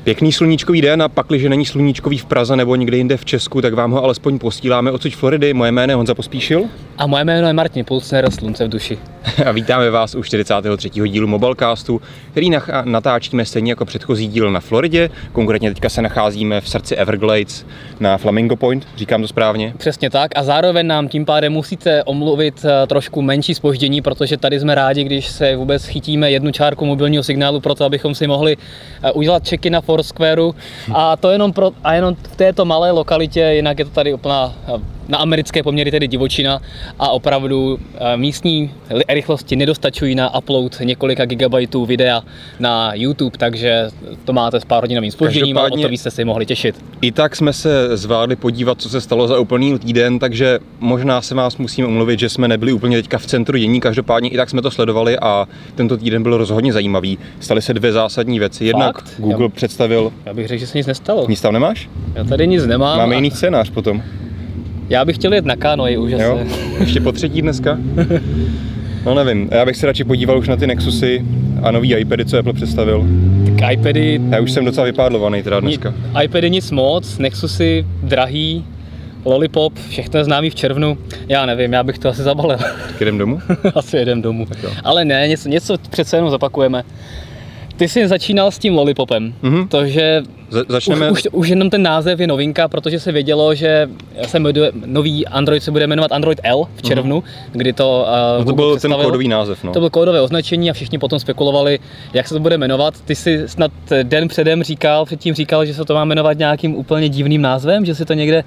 Pěkný sluníčkový den a pakliže není sluníčkový v Praze nebo někde jinde v Česku, tak vám ho alespoň posíláme odsud Floridy. Moje jméno je Honza Pospíšil. A moje jméno je Martin Pulsner, Slunce v duši. A vítáme vás u 43. dílu Mobilecastu, který natáčíme stejně jako předchozí díl na Floridě. Konkrétně teďka se nacházíme v srdci Everglades na Flamingo Point, říkám to správně? Přesně tak a zároveň nám tím pádem musíte omluvit trošku menší zpoždění, protože tady jsme rádi, když se vůbec chytíme jednu čárku mobilního signálu pro to, abychom si mohli udělat check-in na Foursquareu a to jenom v této malé lokalitě, jinak je to tady úplná na americké poměry tedy divočina a opravdu místní rychlosti nedostačují na upload několika gigabajtů videa na YouTube, takže to máte s pár hodinovým zpožděním a o to byste si mohli těšit. I tak jsme se zvládli podívat, co se stalo za úplný týden, takže možná se vás musíme omluvit, že jsme nebyli úplně teďka v centru dění, každopádně i tak jsme to sledovali a tento týden byl rozhodně zajímavý. Staly se dvě zásadní věci. Jednak Google představil... Já bych řekl, že se nic nestalo. Nic tam nemáš? Já tady nic nemám. Máme jiný scénář potom. Já bych chtěl jet na kanoji už jo? Ještě po třetí dneska? No nevím, já bych se radši podíval už na ty Nexusy a nový iPady, co Apple představil. Tak iPady... Já už jsem docela vypádlovaný teda dneska. iPady nic moc, Nexusy drahý, Lollipop, všechno známý v červnu. Já nevím, já bych to asi zabalil. Tak jedem domů? Asi jedem domů. Ale ne, něco přece jenom zapakujeme. Ty jsi začínal s tím Lollipopem, takže začneme... už jenom ten název je novinka, protože se vědělo, že nový Android se bude jmenovat Android L v červnu, kdy to to byl ten kódový název. No. To byl kódové označení a všichni potom spekulovali, jak se to bude jmenovat. Ty jsi snad den předtím říkal, že se to má jmenovat nějakým úplně divným názvem, že si to někde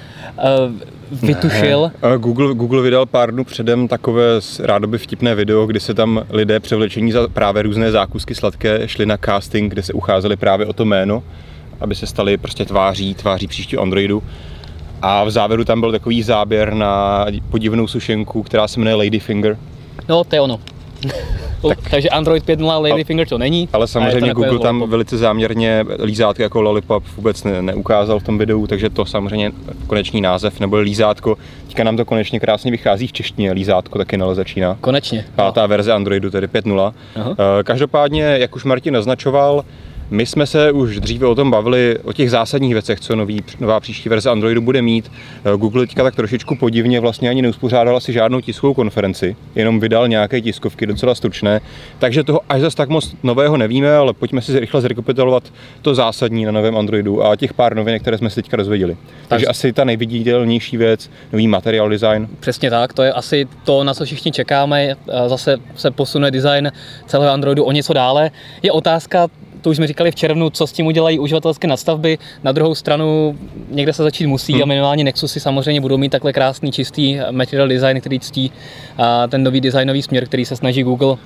vytušil. Google vydal pár dnů předem takové rádoby vtipné video, kdy se tam lidé převlečení za právě různé zákusky sladké šli na casting, kde se ucházeli právě o to jméno, aby se stali prostě tváří příštího Androidu. A v závěru tam byl takový záběr na podivnou sušenku, která se jmenuje Ladyfinger. No, to je ono. Takže Android 5.0 Ladyfinger to není. Ale samozřejmě Google tam velice záměrně lízátko jako Lollipop vůbec neukázal v tom videu, takže to samozřejmě konečný název nebo lízátko. Teďka nám to konečně krásně vychází v češtině, lízátko taky ale začíná. Konečně. Pátá verze Androidu, tedy 5.0. Každopádně, jak už Martin naznačoval, my jsme se už dříve o tom bavili, o těch zásadních věcech, co nová příští verze Androidu bude mít. Google teďka tak trošičku podivně vlastně ani neuspořádal asi žádnou tiskovou konferenci, jenom vydal nějaké tiskovky docela stručné, takže toho až zas tak moc nového nevíme, ale pojďme si rychle zrekapitulovat to zásadní na novém Androidu a těch pár novinek, které jsme si teďka dozvěděli. Takže asi ta nejviditelnější věc, nový material design. Přesně tak, to je asi to, na co všichni čekáme, zase se posune design celého Androidu o něco dále. Je otázka, to už jsme říkali v červnu, co s tím udělají uživatelské nadstavby. Na druhou stranu někde se začít musí a minimálně Nexusy samozřejmě budou mít takhle krásný, čistý material design, který ctí ten nový designový směr, který se snaží Google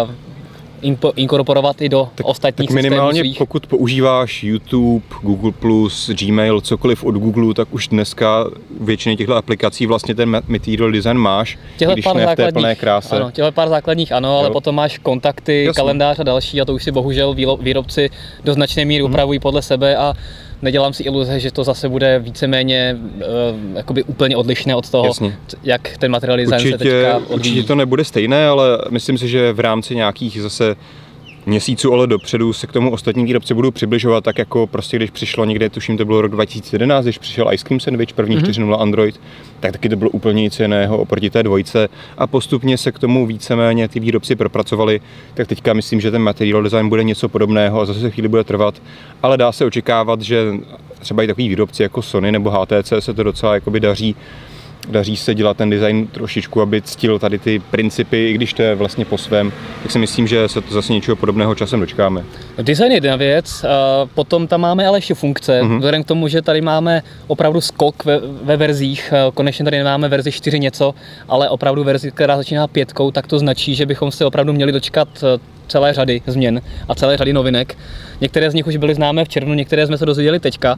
inkorporovat i do ostatních systémů minimálně svých. Pokud používáš YouTube, Google+, Gmail, cokoliv od Google, tak už dneska většině těchto aplikací vlastně ten material design máš, když ne v té plné kráse. Ano, těchto pár základních ano, ale potom máš kontakty, kalendář a další a to už si bohužel výrobci do značné míry upravují podle sebe a nedělám si iluze, že to zase bude víceméně jakoby úplně odlišné od toho, jak ten material design se teďka odvíjí. Určitě to nebude stejné, ale myslím si, že v rámci nějakých zase měsíců, ale dopředu se k tomu ostatní výrobci budou přibližovat, tak jako prostě když přišlo někde, tuším to bylo rok 2011, když přišel Ice Cream Sandwich, první 4.0 Android, tak taky to bylo úplně nic jiného oproti té dvojce a postupně se k tomu víceméně ty výrobci propracovali, tak teďka myslím, že ten material design bude něco podobného a zase chvíli bude trvat, ale dá se očekávat, že třeba i takový výrobci jako Sony nebo HTC se to docela jakoby daří se dělat ten design trošičku, aby ctil tady ty principy, i když to je vlastně po svém, tak si myslím, že se to zase něčeho podobného časem dočkáme. Design je jedna věc, potom tam máme ale ještě funkce, vzhledem k tomu, že tady máme opravdu skok ve verzích, konečně tady nemáme verzi 4 něco, ale opravdu verzi, která začíná 5, tak to značí, že bychom se opravdu měli dočkat celé řady změn a celé řady novinek. Některé z nich už byly známé v červnu, některé jsme se dozvěděli teďka.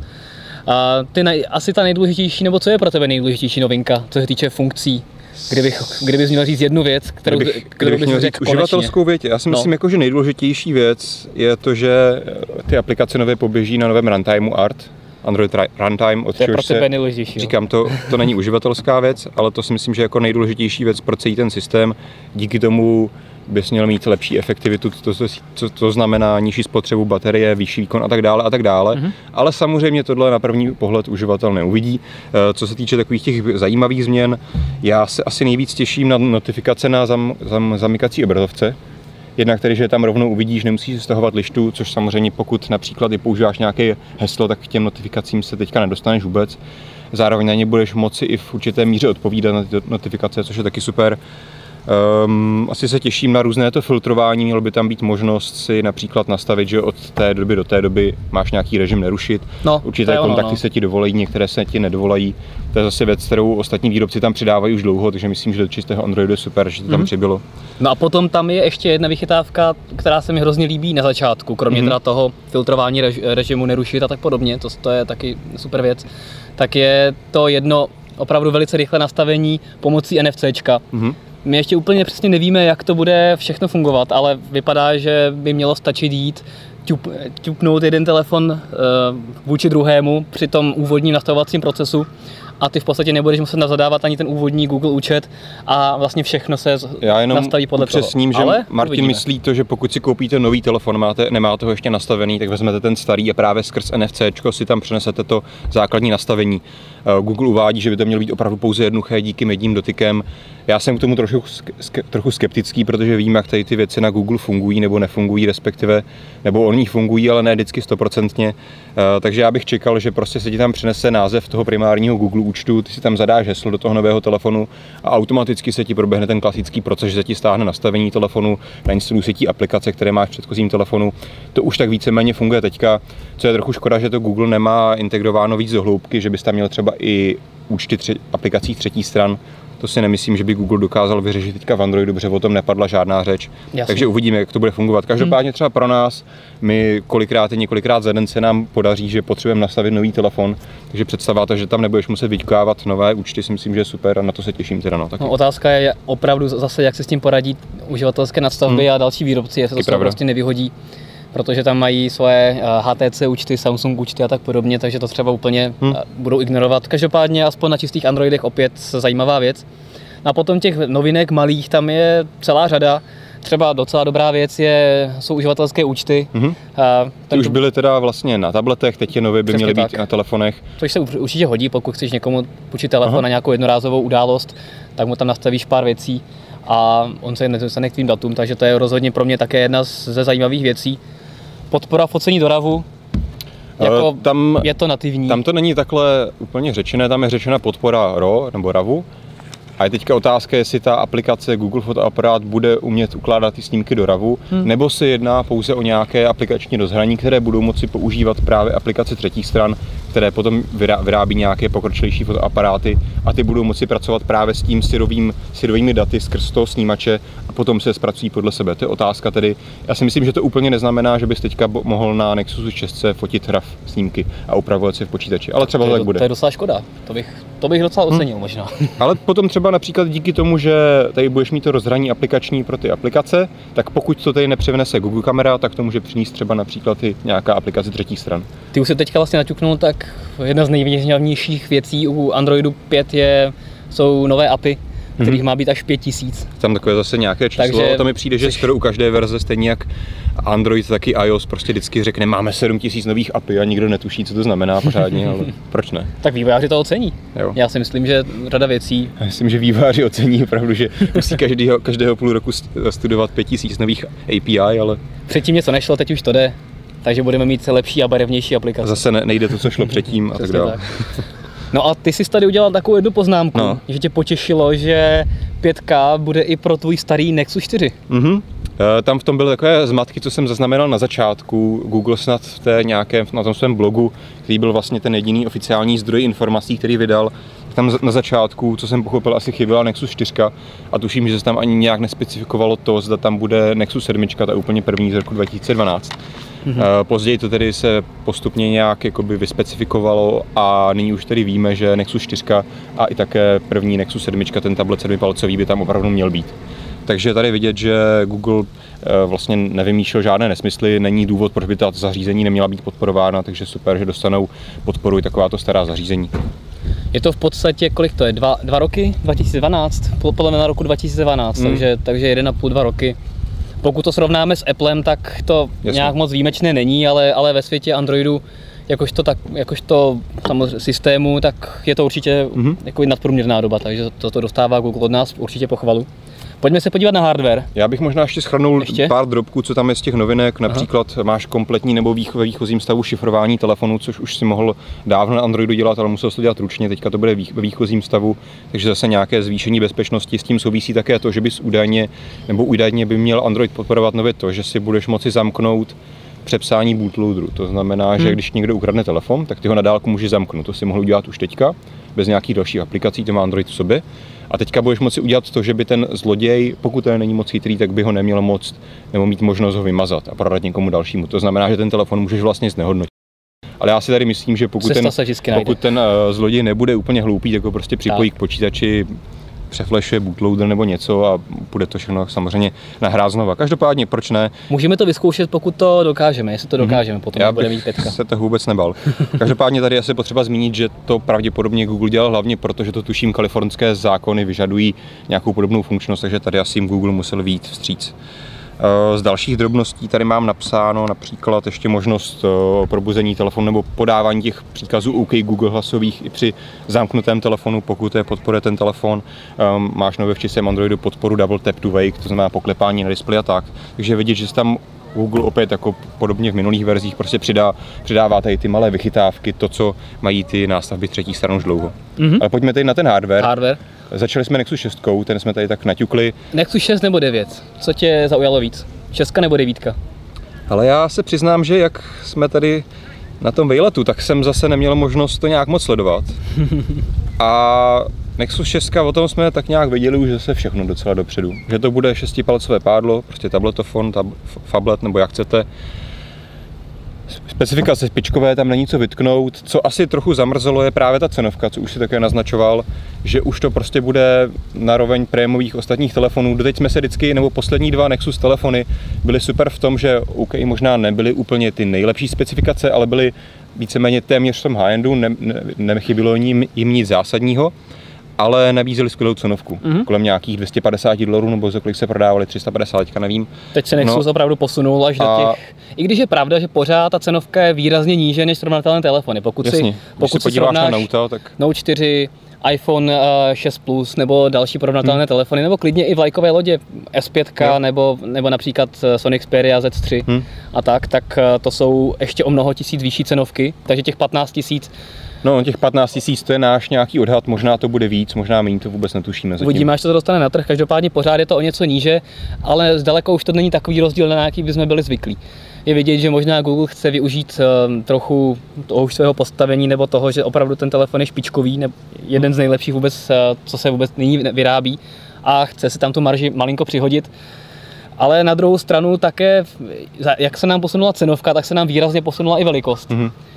Asi ta nejdůležitější, nebo co je pro tebe nejdůležitější novinka, co se týče funkcí? Kdybych měl říct jednu věc, kterou bys řekl konečně. Uživatelskou věc, já si myslím, že nejdůležitější věc je to, že ty aplikace nově poběží na novém runtimeu ART, Android Runtime, od čehož se říkám, to není uživatelská věc, ale to si myslím, že jako nejdůležitější věc pro celý ten systém. Díky tomu bys měl mít lepší efektivitu, to znamená nižší spotřebu baterie, vyšší výkon a tak dále. Ale samozřejmě tohle na první pohled uživatel neuvidí. Co se týče takových těch zajímavých změn, já se asi nejvíc těším na notifikace na zamykací obrazovce. Jednak tedy, že tam rovnou uvidíš, nemusíš stahovat lištu, což samozřejmě pokud například i používáš nějaké heslo, tak k těm notifikacím se teďka nedostaneš vůbec. Zároveň na ně budeš moci i v určité míře odpovídat na ty notifikace, což je taky super. Asi se těším na různé to filtrování, mělo by tam být možnost si například nastavit, že od té doby do té doby máš nějaký režim nerušit. Určité kontakty se ti dovolají, některé se ti nedovolají. To je zase věc, kterou ostatní výrobci tam přidávají už dlouho, takže myslím, že do čistého Androidu je super, že to tam přibylo. No a potom tam je ještě jedna vychytávka, která se mi hrozně líbí na začátku, kromě teda toho filtrování režimu nerušit a tak podobně, to je taky super věc, tak je to jedno opravdu velice rychlé nastavení pomocí NFCčka. My ještě úplně přesně nevíme, jak to bude všechno fungovat, ale vypadá, že by mělo stačit jít, ťupnout jeden telefon vůči druhému při tom úvodním nastavovacím procesu a ty v podstatě nebudeš muset zadávat ani ten úvodní Google účet a vlastně všechno se nastaví podle toho. Přesním, že Martin myslí to, že pokud si koupíte nový telefon, nemáte ho ještě nastavený, tak vezmete ten starý a právě skrz NFCčko si tam přenesete to základní nastavení. Google uvádí, že by to mělo být opravdu pouze jednoduché díky jedním dotykem. Já jsem k tomu trochu skeptický, protože vím, jak tady ty věci na Google fungují nebo nefungují, respektive, nebo oni fungují, ale ne vždycky 100%. Takže já bych čekal, že prostě se ti tam přinese název toho primárního Google účtu, ty si tam zadáš heslo do toho nového telefonu a automaticky se ti proběhne ten klasický proces, že se ti stáhne nastavení telefonu, nainstaluje se ti aplikace, které máš v předchozím telefonu. To už tak víceméně funguje teďka, co je trochu škoda, že to Google nemá integrováno víc do hloubky, že bys tam měl třeba i účty aplikací třetích stran. To si nemyslím, že by Google dokázal vyřešit teďka v Androidu, protože o tom nepadla žádná řeč. Jasně. Takže uvidíme, jak to bude fungovat. Každopádně třeba pro nás, my několikrát za den se nám podaří, že potřebujeme nastavit nový telefon, takže představa to, že tam nebudeš muset vyťkávat nové účty, si myslím, že je super a na to se těším teda. Taky. Otázka je opravdu zase, jak se s tím poradí uživatelské nadstavby a další výrobci, jestli to prostě nevyhodí, protože tam mají svoje HTC účty, Samsung účty a tak podobně, takže to třeba úplně budou ignorovat. Každopádně aspoň na čistých Androidech opět zajímavá věc. A potom těch novinek malých tam je celá řada. Třeba docela dobrá věc jsou uživatelské účty. Ty už byly teda vlastně na tabletech, teď je nově by měly být na telefonech. Což se určitě hodí, pokud chceš někomu půjčit telefon na nějakou jednorázovou událost, tak mu tam nastavíš pár věcí a on se nedostane k tvým datům, takže to je rozhodně pro mě také jedna ze zajímavých věcí. Podpora focení do RAWu, je to nativní. Tam to není takhle úplně řečené, tam je řečena podpora RAW nebo RAWu. A je teďka otázka, jestli ta aplikace Google fotoaparát bude umět ukládat ty snímky do RAWu, nebo se jedná pouze o nějaké aplikační rozhraní, které budou moci používat právě aplikace třetích stran, které potom vyrábí nějaké pokročilejší fotoaparáty a ty budou moci pracovat právě s tím syrovými daty skrz toho snímače a potom se zpracují podle sebe. To je otázka tedy. Já si myslím, že to úplně neznamená, že bys teďka mohl na Nexusu 6 fotit RAW snímky a upravovat si v počítači, ale třeba to tak bude. To je docela škoda. To bych docela ocenil možná. Ale potom třeba například díky tomu, že tady budeš mít to rozhraní aplikační pro ty aplikace, tak pokud to tady nepřivnese Google kamera, tak to může přinést třeba například i nějaká aplikace třetích stran. Ty už se teďka vlastně naťuknul, tak jedna z nejvýznamnějších věcí u Androidu 5 jsou nové API, kterých má být až 5000. Tam takové zase nějaké číslo, takže to mi přijde, že skoro u každé verze, stejně jak Android, tak i iOS prostě vždycky řekne, máme 7000 nových API a nikdo netuší, co to znamená pořádně, ale proč ne? Tak vývojáři to ocení. Jo. Já si myslím, že řada věcí. Já myslím, že vývojáři ocení opravdu, že musí každého půl roku studovat 5000 nových API, ale předtím něco nešlo, teď už to jde, takže budeme mít lepší a barevnější aplikace. Zase nejde to, co šlo předtím a tak dále. No a ty jsi tady udělal takovou jednu poznámku, že tě potěšilo, že 5K bude i pro tvůj starý Nexus 4. Tam v tom byly takové zmatky, co jsem zaznamenal na začátku. Google snad na tom svém blogu, který byl vlastně ten jediný oficiální zdroj informací, který vydal, tam na začátku, co jsem pochopil, asi chyběla Nexus 4 a tuším, že se tam ani nějak nespecifikovalo to, zda tam bude Nexus 7, ta úplně první z roku 2012. Později to tedy se postupně nějak jakoby vyspecifikovalo a nyní už tedy víme, že Nexus 4 a i také první Nexus 7, ten tablet 7palcový by tam opravdu měl být. Takže tady vidět, že Google vlastně nevymýšlel žádné nesmysly, není důvod, proč by ta zařízení neměla být podporována, takže super, že dostanou podporu i takováto stará zařízení. Je to v podstatě, kolik to je, 2 roky? 2012? Podle mě na roku 2012, takže 1,5–2 roky. Pokud to srovnáme s Applem, tak to nějak moc výjimečné není, ale ve světě Androidu jakožto samozřejmě systému, tak je to určitě jako nadprůměrná doba, takže to dostává Google od nás určitě pochvalu. Pojďme se podívat na hardware. Já bych možná ještě shrnul pár drobků, co tam je z těch novinek. Například máš kompletní nebo ve výchozím stavu šifrování telefonu, což už si mohl dávno na Androidu dělat, ale musel to dělat ručně. Teďka to bude ve výchozím stavu, takže zase nějaké zvýšení bezpečnosti. S tím souvisí také to, že bys údajně by měl Android podporovat nově to, že si budeš moci zamknout přepsání bootloaderu. To znamená, že když někdo ukradne telefon, tak ty ho na dálku může zamknout. To si mohl udělat už teďka, bez nějakých dalších aplikací, to má Android v sobě. A teďka budeš moci udělat to, že by ten zloděj, pokud to není moc chytrý, tak by ho neměl moc nebo mít možnost ho vymazat a prodat někomu dalšímu. To znamená, že ten telefon můžeš vlastně znehodnotit. Ale já si tady myslím, že pokud ten zloděj nebude úplně hloupý, tak ho prostě připojí k počítači, přeflešuje bootloader nebo něco a bude to všechno samozřejmě nahrát znova. Každopádně, proč ne? Můžeme to vyzkoušet, pokud to dokážeme, jestli to dokážeme, potom bude mít 5. Já se toho vůbec nebal. Každopádně tady asi potřeba zmínit, že to pravděpodobně Google dělal hlavně proto, že to tuším kalifornské zákony vyžadují nějakou podobnou funkčnost, takže tady asi jim Google musel vyjít vstříc. Z dalších drobností tady mám napsáno například ještě možnost probuzení telefonu nebo podávání těch příkazů OK Google hlasových i při zamknutém telefonu, pokud je podporuje ten telefon. Máš nově v čistém Androidu podporu Double Tap to Wake, to znamená poklepání na displeji a tak. Takže vidět, že se tam Google opět jako podobně v minulých verzích prostě přidává tady ty malé vychytávky, to, co mají ty nástavby třetích stran už dlouho. Ale pojďme tady na ten hardware. Začali jsme Nexus 6, ten jsme tady tak naťukli. Nexus 6 nebo 9? Co tě zaujalo víc? 6 nebo 9? Ale já se přiznám, že jak jsme tady na tom vejletu, tak jsem zase neměl možnost to nějak moc sledovat. A Nexus 6, o tom jsme tak nějak věděli už zase všechno docela dopředu. Že to bude 6palcové pádlo, prostě tabletofon, phablet nebo jak chcete. Specifikace špičkové, tam není co vytknout. Co asi trochu zamrzelo, je právě ta cenovka, co už si také naznačoval, že už to prostě bude naroveň prémových ostatních telefonů. Doteď jsme se vždycky, nebo poslední 2 Nexus telefony byly super v tom, že OK, možná nebyly úplně ty nejlepší specifikace, ale byly víceméně téměř v tom high-endu, nechybilo jim nic zásadního, ale nabízeli skvělou cenovku. Kolem nějakých $250 nebo za kolik se prodávali, 350, nevím. Teď se Nexus opravdu posunul až do těch... I když je pravda, že pořád ta cenovka je výrazně níže než srovnatelné telefony. Pokud si podíváš na Note, tak... Note 4, iPhone 6 Plus nebo další porovnatelné telefony, nebo klidně i vlajkové lodě S5 nebo například Sony Xperia Z3 a tak to jsou ještě o mnoho tisíc vyšší cenovky, takže těch 15 000. No, těch 15 000 to je náš nějaký odhad, možná to bude víc, možná méně, to vůbec netušíme zatím. Uvidíme, až to dostane na trh, každopádně pořád je to o něco níže, ale zdaleka už to není takový rozdíl, na jaký bychom byli zvyklí. Je vidět, že možná Google chce využít trochu toho už svého postavení nebo toho, že opravdu ten telefon je špičkový, jeden z nejlepších vůbec, co se vůbec nyní vyrábí a chce si tam tu marži malinko přihodit. Ale na druhou stranu také, jak se nám posunula cenovka, tak se nám výrazně posunula i velikost.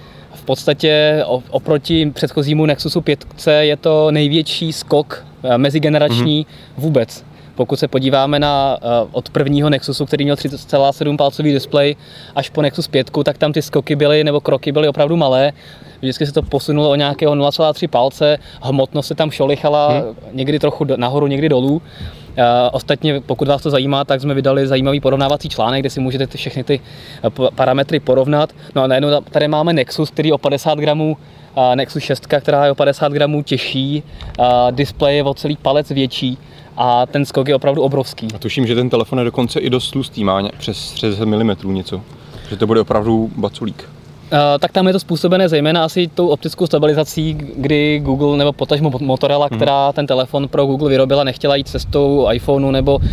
V podstatě oproti předchozímu Nexusu 5 je to největší skok mezigenerační vůbec. Pokud se podíváme na od prvního Nexusu, který měl 3,7 palcový displej, až po Nexus 5, tak tam ty skoky byly, nebo kroky byly opravdu malé. Vždycky se to posunulo o nějakého 0,3 palce, hmotnost se tam šolichala někdy trochu nahoru, někdy dolů. Ostatně, pokud vás to zajímá, tak jsme vydali zajímavý porovnávací článek, kde si můžete všechny ty parametry porovnat. No a najednou tady máme Nexus, který je o 50 gramů, Nexus 6, která je o 50 gramů těžší, displej je o celý palec větší a ten skok je opravdu obrovský. A tuším, že ten telefon je dokonce i dost tlustý, má přes 30 mm něco, že to bude opravdu baculík. Tak tam je to způsobené zejména asi tou optickou stabilizací, kdy Google nebo potažmo Motorola, která ten telefon pro Google vyrobila, nechtěla jít cestou iPhoneu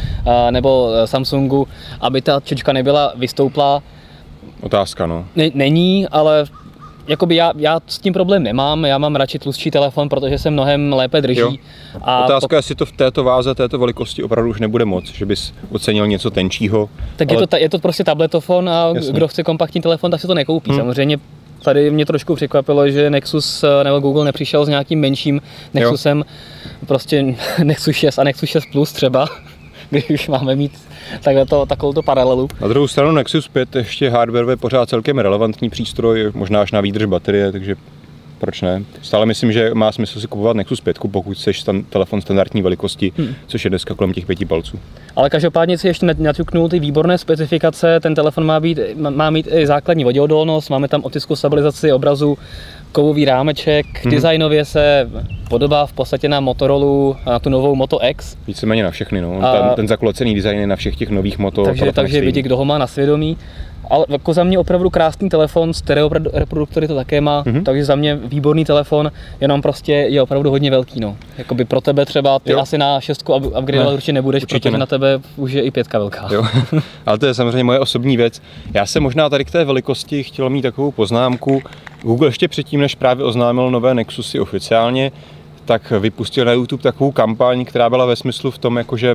nebo Samsungu, aby ta čočka nebyla vystouplá. Otázka, no. Není, ale jakoby já s tím problém nemám, já mám radši tlustší telefon, protože se mnohem lépe drží. Jo. A otázka, jestli to v této váze, této velikosti opravdu už nebude moc, že bys ocenil něco tenčího. Tak ale... je to prostě tabletofon a kdo chce kompaktní telefon, tak si to nekoupí. Samozřejmě tady mě trošku překvapilo, že Nexus nebo Google nepřišel s nějakým menším Nexusem, prostě Nexus 6 a Nexus 6 Plus třeba, když už máme mít takovouto paralelu. Na druhou stranu Nexus 5 ještě hardware je pořád celkem relevantní přístroj, možná až na výdrž baterie, takže proč ne. Stále myslím, že má smysl si kupovat Nexus 5, pokud chceš telefon standardní velikosti, což je dneska kolem těch 5 palců. Ale každopádně si ještě naťuknul ty výborné specifikace, ten telefon má mít i základní voděodolnost, máme tam optickou stabilizaci obrazu, kovový rámeček, designově se podobá v podstatě na Motorola, na tu novou Moto X. Víceméně na všechny, no. Ten zaklocený design je na všech těch nových Moto. Takže vidí, kdo ho má na svědomí. Ale jako za mě opravdu krásný telefon, stereo reproduktory to také má, takže za mě výborný telefon, jenom prostě je opravdu hodně velký, no. Jakoby pro tebe třeba, ty asi na 6 upgradeovat určitě nebudeš, protože na tebe už je i 5 velká. Jo. Ale to je samozřejmě moje osobní věc. Já jsem možná tady k té velikosti chtěl mít takovou poznámku. Google ještě předtím, než právě oznámil nové Nexusy oficiálně, tak vypustil na YouTube takovou kampaň, která byla ve smyslu v tom, jakože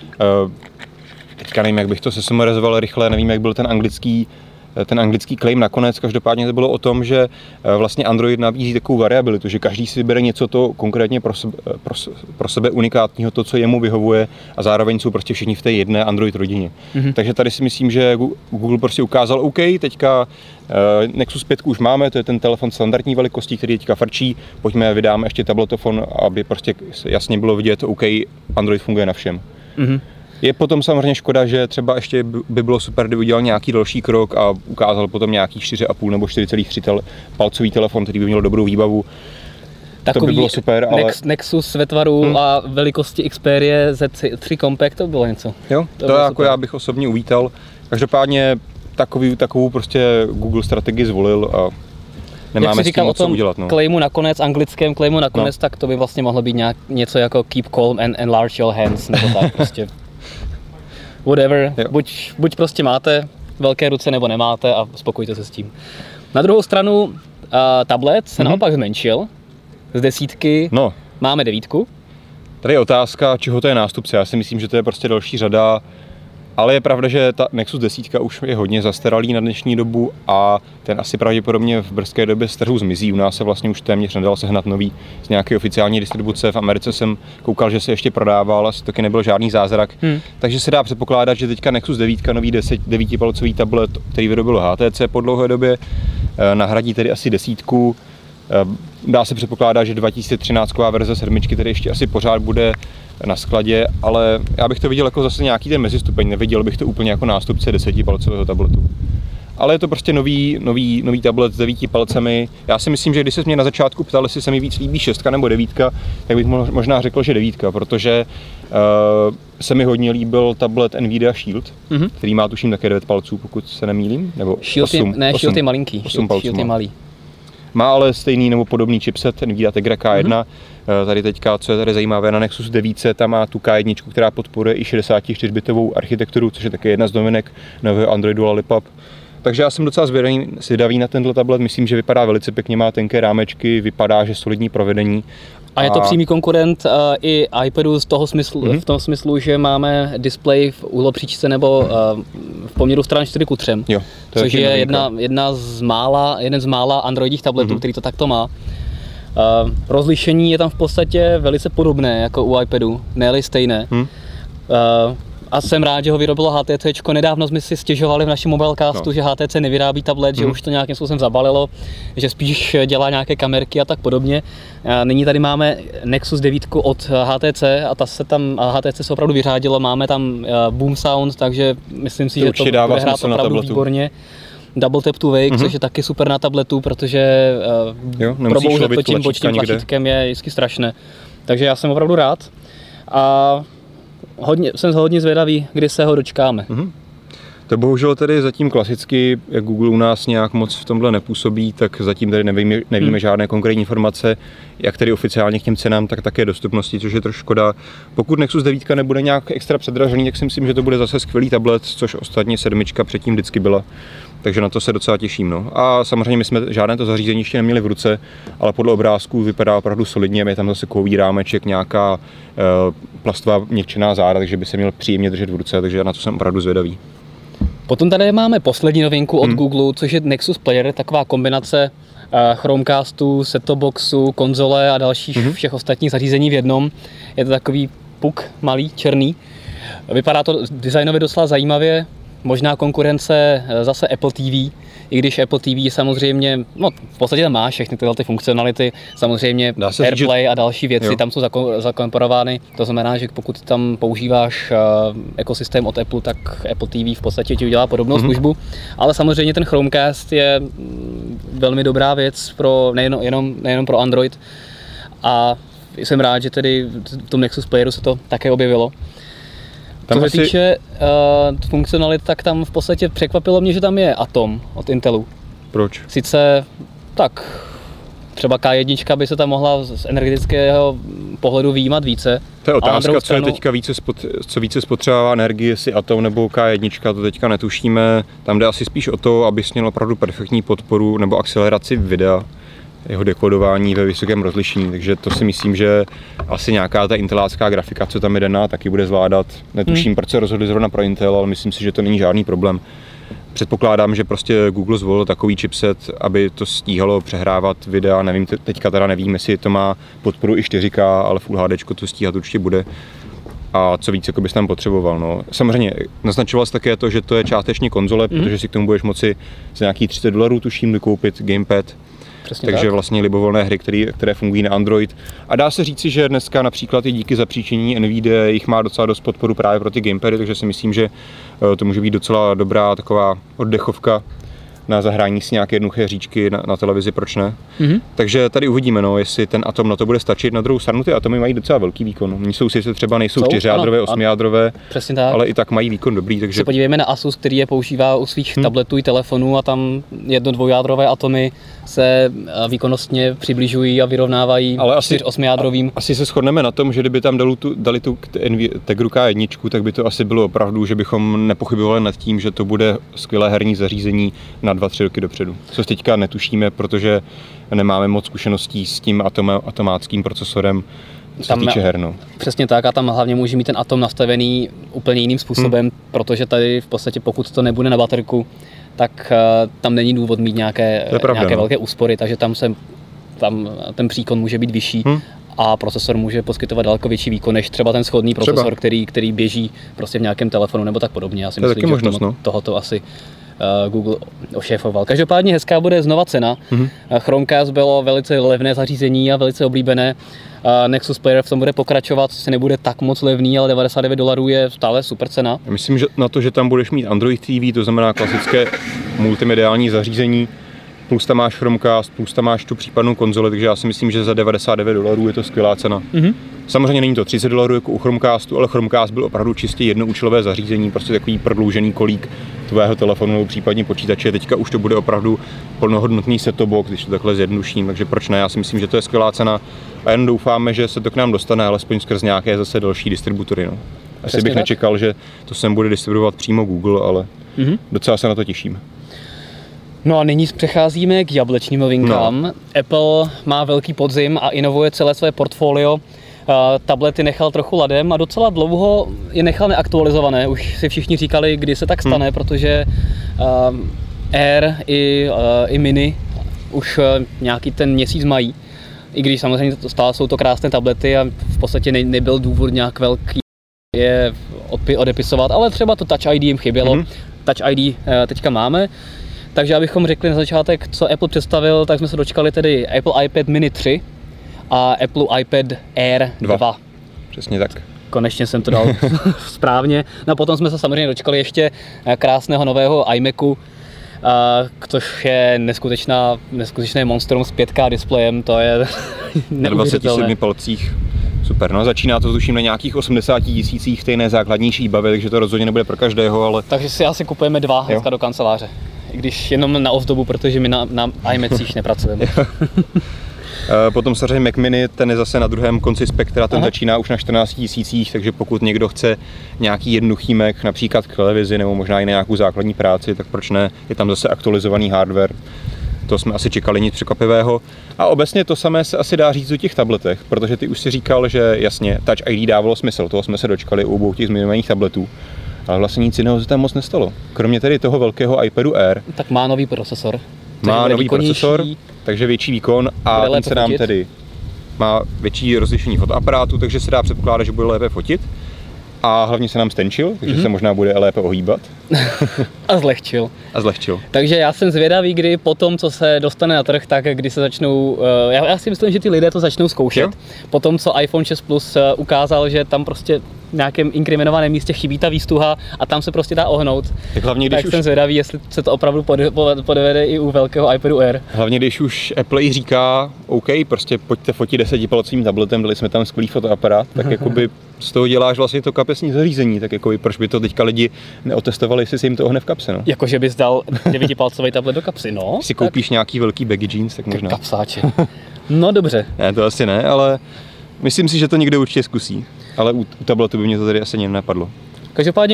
teďka nevím, jak bych to sesumarizoval rychle, nevím, jak byl ten anglický claim nakonec, každopádně to bylo o tom, že vlastně Android nabízí takovou variabilitu, že každý si bere něco to konkrétně pro sebe unikátního, to, co jemu vyhovuje a zároveň jsou prostě všichni v té jedné Android rodině. Takže tady si myslím, že Google prostě ukázal, OK, teďka Nexus 5 už máme, to je ten telefon standardní velikosti, který teďka frčí, pojďme vydáme ještě tabletofon, aby prostě jasně bylo vidět, OK, Android funguje na všem. Je potom samozřejmě škoda, že třeba ještě by bylo super, kdyby udělal nějaký další krok a ukázal potom nějaký 4,5 nebo 4,3 palcový telefon, který by měl dobrou výbavu. Takový to by bylo super, ale Nexus ve tvaru a velikosti Xperia Z3 Compact, to bylo něco. Jo, to jako já bych osobně uvítal. Každopádně takovou prostě Google strategii zvolil a nemáme s tím moc co udělat. No. Claimu nakonec, anglickém claimu nakonec, tak to by vlastně mohlo být něco jako keep calm and enlarge your hands, nebo tak prostě. Whatever, buď prostě máte velké ruce, nebo nemáte a spokojte se s tím. Na druhou stranu tablet se naopak zmenšil, z 10 máme 9. Tady je otázka, čeho to je nástupce, já si myslím, že to je prostě další řada, ale je pravda, že ta Nexus 10 už je hodně zastaralý na dnešní dobu a ten asi pravděpodobně v brzké době z trhu zmizí. U nás se vlastně už téměř nedal sehnat nový z nějaké oficiální distribuce. V Americe jsem koukal, že se ještě prodával, asi taky nebyl žádný zázrak. Takže se dá předpokládat, že teďka Nexus 9, nový 9-palcový tablet, který vyrobilo HTC po dlouhé době, nahradí tedy asi 10. Dá se předpokládat, že 2013 verze 7 tedy ještě asi pořád bude na skladě, ale já bych to viděl jako zase nějaký ten mezistupeň, neviděl bych to úplně jako nástupce 10palcového tabletu. Ale je to prostě nový tablet s 9 palcemi. Já si myslím, že když se mě na začátku ptal, jestli se mi víc líbí 6 nebo 9, tak bych možná řekl, že 9, protože se mi hodně líbil tablet Nvidia Shield, který má tuším také 9 palců, pokud se nemýlím, nebo Shield je malinký, 8 palců Shield je malý. Má ale stejný nebo podobný chipset Nvidia Tegra K1. Tady teďka, co je tady zajímavé, na Nexus 9 tam má tu K1, která podporuje i 64-bitovou architekturu, což je také jedna z novinek nového Androidu Lollipop. Takže já jsem docela zvědavý na tenhle tablet, myslím, že vypadá velice pěkně, má tenké rámečky, vypadá, že solidní provedení. A je to přímý konkurent i iPadu v tom smyslu, že máme displej v úhlopříčce nebo v poměru stran 4:3, což je jeden z mála Androidích tabletů, který to takto má. Rozlišení je tam v podstatě velice podobné jako u iPadu, ne-li stejné. A jsem rád, že ho vyrobilo HTC. Nedávno jsme si stěžovali v našem Mobilecastu, že HTC nevyrábí tablet, že už to nějakým způsobem zabalilo, že spíš dělá nějaké kamerky a tak podobně. Nyní tady máme Nexus 9 od HTC a HTC se opravdu vyřádilo, máme tam Boom Sound, takže myslím si, že to bude hrát opravdu výborně. Double Tap to Wake, což je taky super na tabletu, protože probouřet to tím bočním tlačítkem je vždycky strašné. Takže já jsem opravdu rád a jsem hodně zvědavý, kdy se ho dočkáme. To bohužel tedy zatím klasicky, jak Google u nás nějak moc v tomhle nepůsobí, tak zatím tady nevíme žádné konkrétní informace, jak tedy oficiálně k těm cenám, tak také dostupnosti, což je trošku škoda. Pokud Nexus 9 nebude nějak extra předražený, tak si myslím, že to bude zase skvělý tablet, což ostatně 7 předtím vždycky byla. Takže na to se docela těším. No. A samozřejmě my jsme žádné to zařízení ještě neměli v ruce, ale podle obrázků vypadá opravdu solidně. Je tam zase kovový rámeček, nějaká plastová měkčená záda, takže by se měl příjemně držet v ruce, takže na to jsem opravdu zvědavý. Potom tady máme poslední novinku od Google, což je Nexus Player, taková kombinace Chromecastu, set-top boxu, konzole a dalších všech ostatních zařízení v jednom. Je to takový puk malý, černý. Vypadá to designově docela zajímavě. Možná konkurence zase Apple TV, i když Apple TV samozřejmě, no v podstatě tam má všechny tyhle ty funkcionality, samozřejmě AirPlay a další věci tam jsou zakomponovány, to znamená, že pokud tam používáš ekosystém od Apple, tak Apple TV v podstatě ti udělá podobnou službu, ale samozřejmě ten Chromecast je velmi dobrá věc pro nejenom pro Android a jsem rád, že tedy v tom Nexus Playeru se to také objevilo. Co se týče funkcionalit, tak tam v podstatě překvapilo mě, že tam je Atom od Intelu. Proč? Sice tak třeba K1 by se tam mohla z energetického pohledu výjímat více. To je otázka, co je teďka co více spotřebává energie, jestli Atom nebo K1, to teďka netušíme. Tam jde asi spíš o to, abys měl opravdu perfektní podporu nebo akceleraci videa, jeho dekodování ve vysokém rozlišení, takže to si myslím, že asi nějaká ta intelácká grafika, co tam je daná, taky bude zvládat. Netuším, proč se rozhodli zrovna pro Intel, ale myslím si, že to není žádný problém. Předpokládám, že prostě Google zvolil takový chipset, aby to stíhalo přehrávat videa, nevím, teďka teda nevím, jestli to má podporu i 4K, ale Full HD to stíhat určitě bude. A co víc jako bys tam potřeboval. No. Samozřejmě naznačoval jsi také to, že to je částečně konzole, protože si k tomu budeš moci za nějakých $30 tuším dokoupit gamepad. Přesně takže tak. vlastně libovolné hry, které fungují na Android. A dá se říci, že dneska například i díky zapříčinění NVIDIA jich má docela dost podporu právě pro ty gamepady, takže si myslím, že to může být docela dobrá taková oddechovka na zahrání si nějaké jednoduché hříčky na televizi, proč ne? Takže tady uvidíme, no, jestli ten Atom na to bude stačit. Na druhou stranu ty Atomy mají docela velký výkon. Oni jsou sice třeba nejsou 4jádrové, 8jádrové, ale i tak mají výkon dobrý. Takže se podívejme na Asus, který je používá u svých tabletů i telefonů a tam 1-2jádrové Atomy se výkonnostně přibližují a vyrovnávají 4-8jádrovým. Asi se shodneme na tom, že kdyby tam dali tu Tegru K1, tak by to asi bylo opravdu, že bychom nepochybovali nad tím, že to bude skvělé herní zařízení na 2-3 roky dopředu. Což teďka netušíme, protože nemáme moc zkušeností s tím atomáckým procesorem, co se týče her. No. Přesně tak, a tam hlavně může mít ten Atom nastavený úplně jiným způsobem, protože tady v podstatě pokud to nebude na baterku, tak tam není důvod mít nějaké velké úspory, takže tam ten příkon může být vyšší a procesor může poskytovat daleko větší výkon než třeba ten shodný procesor, který běží prostě v nějakém telefonu nebo tak podobně. Já si myslím, že tohoto asi Google ošéfoval. Každopádně hezká bude znova cena. Chromecast bylo velice levné zařízení a velice oblíbené. Nexus Player v tom bude pokračovat, se nebude tak moc levný, ale $99 je stále super cena. Já myslím, že na to, že tam budeš mít Android TV, to znamená klasické multimediální zařízení, plus tam máš Chromecast, plus tam máš tu případnou konzoli, takže já si myslím, že za $99 je to skvělá cena. Samozřejmě není to $30 jako u Chromecastu, ale Chromecast byl opravdu čistě jednoúčelové zařízení, prostě takový prodloužený kolík tvého telefonu nebo případně počítače. Teďka už to bude opravdu plnohodnotný set-top box, když to takhle zjednoduším, takže proč ne? Já si myslím, že to je skvělá cena a jen doufáme, že se to k nám dostane alespoň skrz nějaké zase další distributory. No. Asi bych nečekal, že to sem bude distribuovat přímo Google, ale docela se na to těším. No a nyní přecházíme k jablečným novinkám. No. Apple má velký podzim a inovuje celé své portfolio. Tablety nechal trochu ladem a docela dlouho je nechal neaktualizované. Už si všichni říkali, kdy se tak stane, protože Air i Mini už nějaký ten měsíc mají. I když samozřejmě stále jsou to krásné tablety a v podstatě nebyl důvod nějak velký je odepisovat, ale třeba to Touch ID jim chybělo. Touch ID teďka máme. Takže abychom řekli na začátek, co Apple představil, tak jsme se dočkali tedy Apple iPad Mini 3 a Apple iPad Air 2. Přesně tak. Konečně jsem to dal správně. No a potom jsme se samozřejmě dočkali ještě krásného nového iMacu, což je neskutečné monstrum s 5K displejem, to je neuvěřitelné. Na 27 palcích. Super, no začíná to tuším na nějakých 80 000 té nejzákladnější bavy, takže to rozhodně nebude pro každého, ale... Takže si asi kupujeme 2 dneska do kanceláře. I když jenom na off-dobu, protože my na iMacích nepracujeme. Potom samozřejmě Mac Mini, ten je zase na druhém konci spektra, ten začíná už na 14 000, takže pokud někdo chce nějaký jednoduchý Mac, například k televizi nebo možná i na nějakou základní práci, tak proč ne, je tam zase aktualizovaný hardware. To jsme asi čekali, nic překvapivého. A obecně to samé se asi dá říct o těch tabletech, protože ty už si říkal, že jasně, Touch ID dávalo smysl, toho jsme se dočkali u obou těch zmiňovaných tabletů. Ale vlastně nic jiného se tam moc nestalo. Kromě tedy toho velkého iPadu Air. Tak má nový procesor. Má nový procesor, takže větší výkon a ten se nám tedy má větší rozlišení fotoaparátu, takže se dá předpokládat, že bude lépe fotit. A hlavně se nám stenčil, takže se možná bude lépe ohýbat. A zlehčil. Takže já jsem zvědavý, kdy po tom, co se dostane na trh, tak kdy se začnou, já si myslím, že ty lidé to začnou zkoušet. Jo? Po tom, co iPhone 6 Plus ukázal, že tam prostě v nějakém inkriminovaném místě chybí ta výstuha a tam se prostě dá ohnout. Tak hlavně, když jsem zvědavý, jestli se to opravdu podvede i u velkého iPadu Air. Hlavně, když už Apple jí říká, OK, prostě pojďte fotit 10-palcovým tabletem, dali jsme tam skvělý fotoaparát, tak jakoby z toho děláš vlastně to kapesní zařízení, tak jako proč by to teďka lidi neotestovali, jestli se jim to ohne v kapse, no? Jakože bys dal 9palcový tablet do kapsy, no? Si koupíš nějaký velký baggy jeans, tak možná. Kapsáče. No dobře. Ne, to asi ne, ale myslím si, že to někdo určitě zkusí. Ale u tabletu by mě to tady asi ani nenapadlo. Každopádně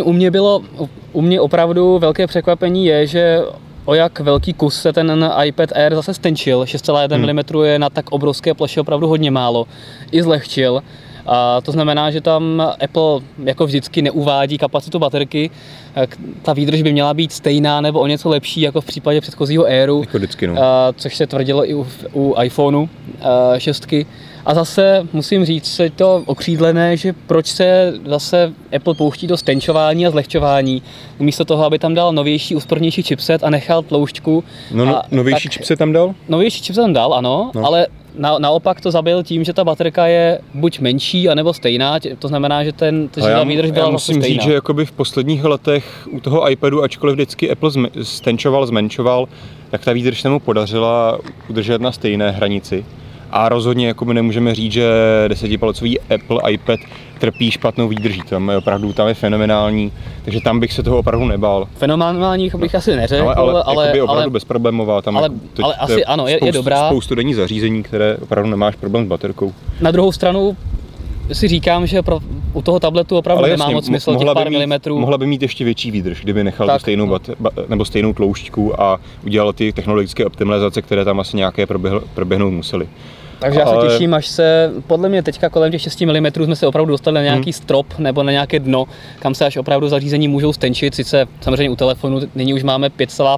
u mě opravdu velké překvapení je, že o jak velký kus se ten iPad Air zase stenčil. 6,1 mm je na tak obrovské ploše opravdu hodně málo. I zlehčil. A to znamená, že tam Apple jako vždycky neuvádí kapacitu baterky. Ta výdrž by měla být stejná nebo o něco lepší jako v případě předchozího Airu. Jako vždycky, no. Což se tvrdilo i u iPhoneu 6. A zase musím říct, že je to okřídlené, že proč se zase Apple pouští do stenčování a zlehčování, místo toho, aby tam dal novější, úspornější chipset a nechal tloušťku. Novější chipset tam dal? Novější chipset tam dal, ano, ale naopak to zabil tím, že ta baterka je buď menší, anebo stejná, to znamená, že ta výdrž byla zase stejná. Musím říct, že jakoby v posledních letech u toho iPadu, ačkoliv vždycky Apple stenčoval, zmenšoval, tak ta výdrž se mu podařila udržet na stejné hranici. A rozhodně jakoby nemůžeme říct, že 10palcový Apple iPad trpí špatnou výdrží, tam je fenomenální, takže tam bych se toho opravdu nebál. Fenomenální bych asi neřekl, ale opravdu bezproblémová, tam ale asi ano, je dobrá. Spoustu denní zařízení, které opravdu nemáš problém s baterkou. Na druhou stranu si říkám, že u toho tabletu opravdu nemá moc smysl těch pár milimetrů. Mohla by mít ještě větší výdrž, kdyby nechal tu stejnou tloušťku a udělal ty technologické optimalizace, které tam asi nějaké proběhnout musely. Takže já se těším, až se, podle mě teďka kolem těch 6 mm jsme se opravdu dostali na nějaký strop nebo na nějaké dno, kam se až opravdu zařízení můžou stenčit. Sice samozřejmě u telefonu nyní už máme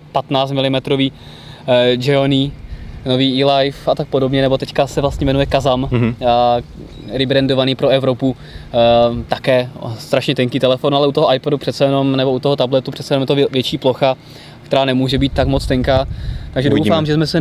5,15 mm Geony, nový eLife a tak podobně, nebo teďka se vlastně jmenuje Kazam, rebrandovaný pro Evropu, také strašně tenký telefon, ale u toho iPadu přece jenom, nebo u toho tabletu přece jenom je to větší plocha, která nemůže být tak moc tenká. Takže doufám, že jsme se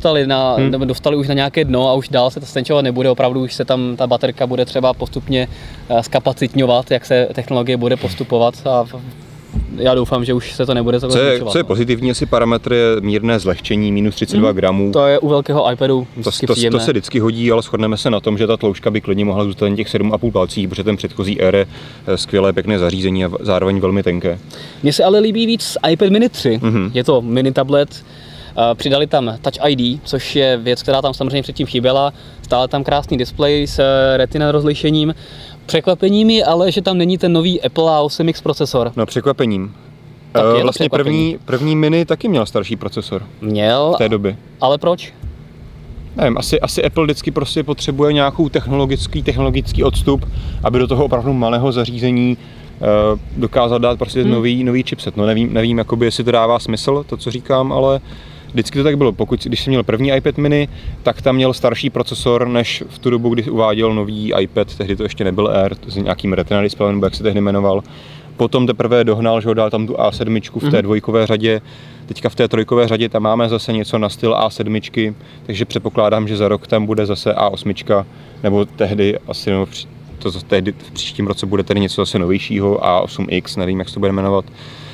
dostali už na nějaké dno a už dál se to stenčovat nebude, opravdu už se tam ta baterka bude třeba postupně zkapacitňovat, jak se technologie bude postupovat a já doufám, že už se to nebude takhle zlepšovat. Co je pozitivní asi parametr je mírné zlehčení, minus 32 gramů. To je u velkého iPadu příjemné. To se vždycky hodí, ale shodneme se na tom, že ta tloušťka by klidně mohla zůstat na těch 7,5 palcích, protože ten předchozí Air je skvělé, pěkné zařízení a zároveň velmi tenké. Mně se ale líbí víc iPad mini 3. Je to mini tablet. Přidali tam Touch ID, což je věc, která tam samozřejmě předtím chyběla. Stále tam krásný displej s retina rozlišením. Překvapením je ale, že tam není ten nový Apple A8X procesor. No překvapením. Vlastně první mini taky měl starší procesor. Měl. V té době. Ale proč? Nevím, asi Apple vždycky prostě potřebuje nějakou technologický odstup, aby do toho opravdu malého zařízení dokázal dát prostě nový chipset. No nevím jakoby, jestli to dává smysl, to co říkám, ale vždycky to tak bylo. Když jsem měl první iPad mini, tak tam měl starší procesor než v tu dobu, kdy uváděl nový iPad, tehdy to ještě nebyl Air, s nějakým retina displejem, nebo jak se tehdy jmenoval. Potom teprve dohnal, že ho dal tam tu A7 v té dvojkové řadě. Teďka v té trojkové řadě tam máme zase něco na styl A7, takže předpokládám, že za rok tam bude zase A8, nebo tehdy asi tehdy v příštím roce bude tady něco zase novějšího, A8X, nevím, jak se to bude jmenovat.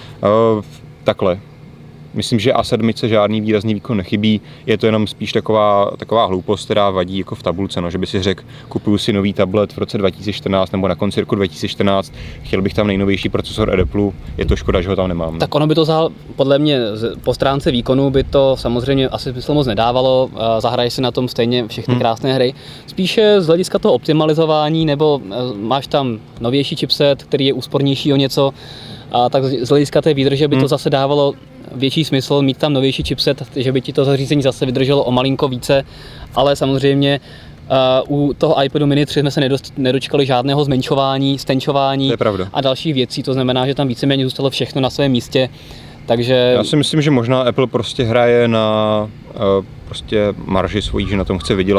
Takhle. Myslím, že A7 žádný výrazný výkon nechybí, je to jenom spíš taková hloupost, která vadí jako v tabulce, no, že by si řekl, kupuju si nový tablet v roce 2014 nebo na konci roku 2014, chtěl bych tam nejnovější procesor Apple, je to škoda, že ho tam nemám. No. Tak ono by to podle mě po stránce výkonu by to samozřejmě asi smysl moc nedávalo, zahraješ si na tom stejně všechny krásné hry, spíše z hlediska toho optimalizování, nebo máš tam novější chipset, který je úspornější o něco, a tak z hlediska té výdrže by to zase dávalo větší smysl mít tam novější chipset, že by ti to zařízení zase vydrželo o malinko více, ale samozřejmě u toho iPadu mini 3 jsme se nedočkali žádného zmenšování, stenčování a dalších věcí, to znamená, že tam víceméně zůstalo všechno na svém místě. Takže já si myslím, že možná Apple prostě hraje na prostě marži svojí, že na tom chce vydělat.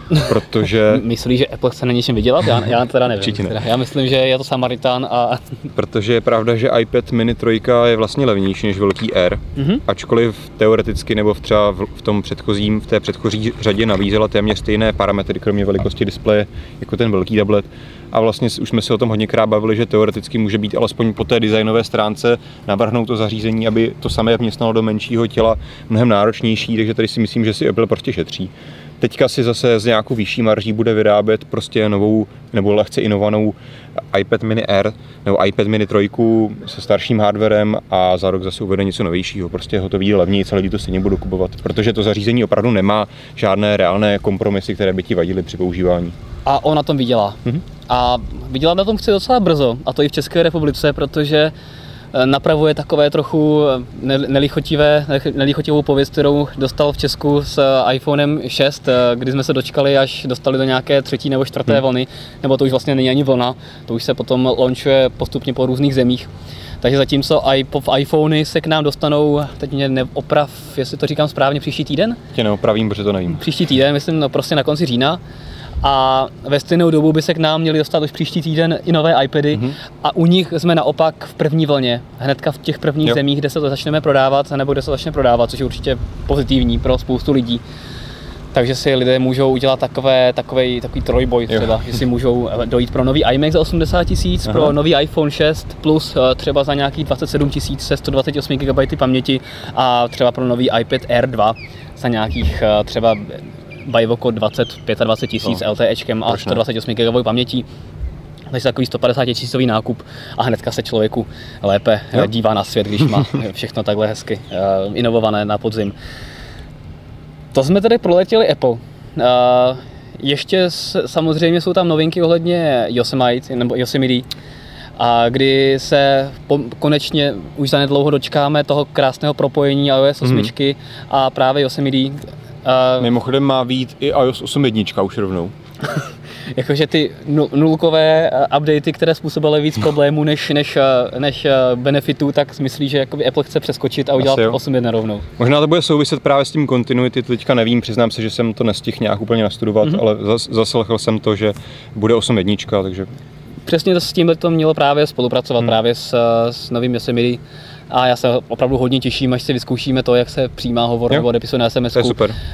protože... Myslíš, že Apple chce na něčem vydělat? Já teda nevím. Ne. Já myslím, že je to Samaritán a... Protože je pravda, že iPad mini 3 je vlastně levnější než velký Air, ačkoliv teoreticky nebo třeba v té předchozí řadě nabízela téměř stejné parametry, kromě velikosti displeje, jako ten velký tablet. A vlastně už jsme se o tom hodněkrát bavili, že teoreticky může být alespoň po té designové stránce navrhnout to zařízení, aby to samé vměstnalo do menšího těla, mnohem náročnější, takže tady si myslím, že si Apple prostě šetří. Teďka si zase z nějakou vyšší marží bude vyrábět prostě novou nebo lehce inovovanou iPad mini Air nebo iPad mini 3 se starším hardwarem a za rok zase uvede něco novějšího. Prostě ho to vyjde levněji, celý lidi to stejně budou kupovat, protože to zařízení opravdu nemá žádné reálné kompromisy, které by ti vadily při používání. A on na tom vydělá. A vydělat na tom chce docela brzo, a to i v České republice, protože napravuje takové trochu nelichotivou pověst, kterou dostal v Česku s iPhonem 6, kdy jsme se dočkali, až dostali do nějaké 3. nebo 4. vlny, nebo to už vlastně není ani vlna, to už se potom launchuje postupně po různých zemích. Takže zatímco iPhony se k nám dostanou, teď mě neoprav, jestli to říkám správně, příští týden? Tě neopravím, protože to nevím. Příští týden, myslím, prostě na konci října. A ve stejnou dobu by se k nám měli dostat už příští týden i nové iPady a u nich jsme naopak v první vlně, hnedka v těch prvních zemích, kde se to začneme prodávat, nebo kde se začne prodávat, což je určitě pozitivní pro spoustu lidí. Takže si lidé můžou udělat takový trojboj třeba, že si můžou dojít pro nový iMac za 80 000, pro nový iPhone 6 plus třeba za nějakých 27 000 se 128 GB paměti a třeba pro nový iPad Air 2 za nějakých třeba bajvoko 20-25 tisíc LTEčkem a 128 GB pamětí. Takže takový 150 000 nákup a hnedka se člověku lépe dívá na svět, když má všechno takhle hezky inovované na podzim. To jsme tedy proletěli Apple. Ještě samozřejmě jsou tam novinky ohledně Yosemite, a kdy se konečně už zanedlouho dočkáme toho krásného propojení iOS 8 a právě Yosemite. Mimochodem má být i iOS 8.1 už rovnou. Jakože ty nulkové updaty, které způsobily víc problémů než benefitů, tak myslí, že jakoby Apple chce přeskočit a udělat 8.1 rovnou. Možná to bude souviset právě s tím continuity, to teďka nevím, přiznám se, že jsem to nestihl nějak úplně nastudovat, ale zaslechl jsem to, že bude 8.1, takže... Přesně s tím to mělo právě spolupracovat, právě s novým Yosemite. A já se opravdu hodně těším, až si vyzkoušíme to, jak se přijímá hovor nebo odepisuje na SMS-ku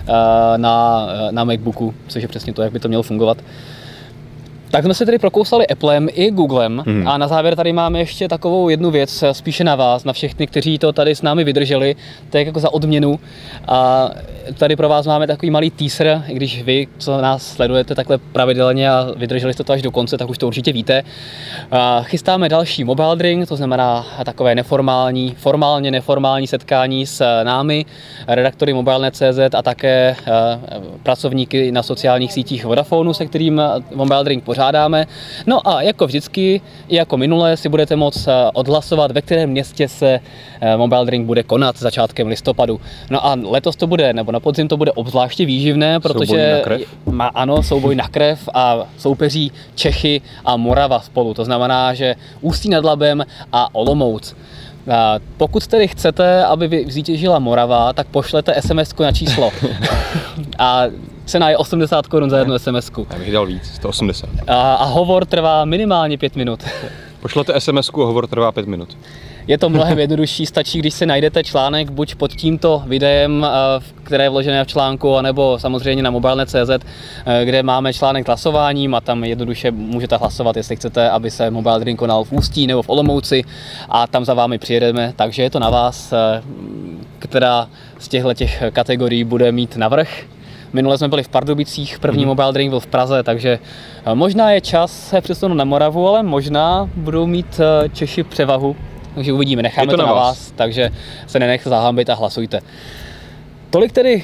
na MacBooku, což je přesně to, jak by to mělo fungovat. Tak jsme se tedy prokousali Applem i Googlem a na závěr tady máme ještě takovou jednu věc, spíše na vás, na všechny, kteří to tady s námi vydrželi, tak jako za odměnu. A tady pro vás máme takový malý teaser, i když vy, co nás sledujete takhle pravidelně a vydrželi jste to až do konce, tak už to určitě víte. Chystáme další Mobile Drink, to znamená takové formálně neformální setkání s námi, redaktory Mobile.cz a také pracovníky na sociálních sítích Vodafonu, se kterým Mobile Drink pořádáme. No a jako vždycky, i jako minule, si budete moct odhlasovat, ve kterém městě se Mobile Drink bude konat začátkem listopadu. No a letos to bude, nebo na podzim to bude obzvláště výživné, protože má souboj na krev a soupeří Čechy a Morava spolu. To znamená, že Ústí nad Labem a Olomouc. Pokud tedy chcete, aby zvítězila Morava, tak pošlete SMS-ku na číslo. A cena je 80 Kč za jednu SMS-ku. Já bych dal víc, 180. A hovor trvá minimálně 5 minut. Pošlete SMS-ku a hovor trvá 5 minut. Je to mnohem jednodušší, stačí, když si najdete článek buď pod tímto videem, které je vložené v článku, anebo samozřejmě na mobile.cz, kde máme článek hlasováním a tam jednoduše můžete hlasovat, jestli chcete, aby se Mobile Drink konal v Ústí nebo v Olomouci a tam za vámi přijedeme, takže je to na vás, která z těchto kategorií bude mít navrch. Minule jsme byli v Pardubicích, první Mobile Drink byl v Praze, takže možná je čas se přesunout na Moravu, ale možná budou mít Češi převahu. Takže uvidíme, necháme to na vás, takže se nenechte zahambit a hlasujte. Tolik tedy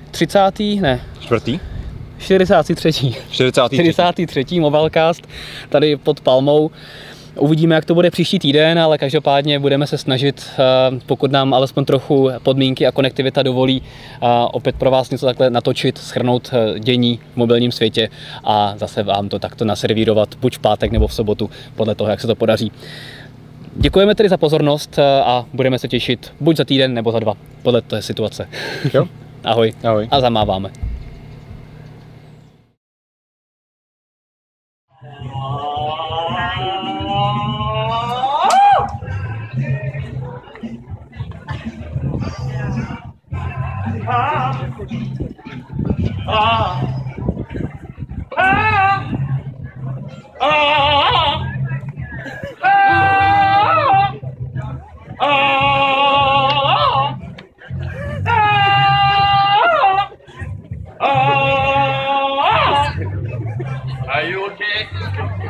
43. Mobilecast tady pod palmou. Uvidíme, jak to bude příští týden, ale každopádně budeme se snažit, pokud nám alespoň trochu podmínky a konektivita dovolí, opět pro vás něco takhle natočit, shrnout dění v mobilním světě a zase vám to takto naservírovat buď v pátek nebo v sobotu, podle toho, jak se to podaří. Děkujeme tedy za pozornost a budeme se těšit buď za týden nebo za 2, podle té situace. Jo? Ahoj. A zamáváme. Are you okay?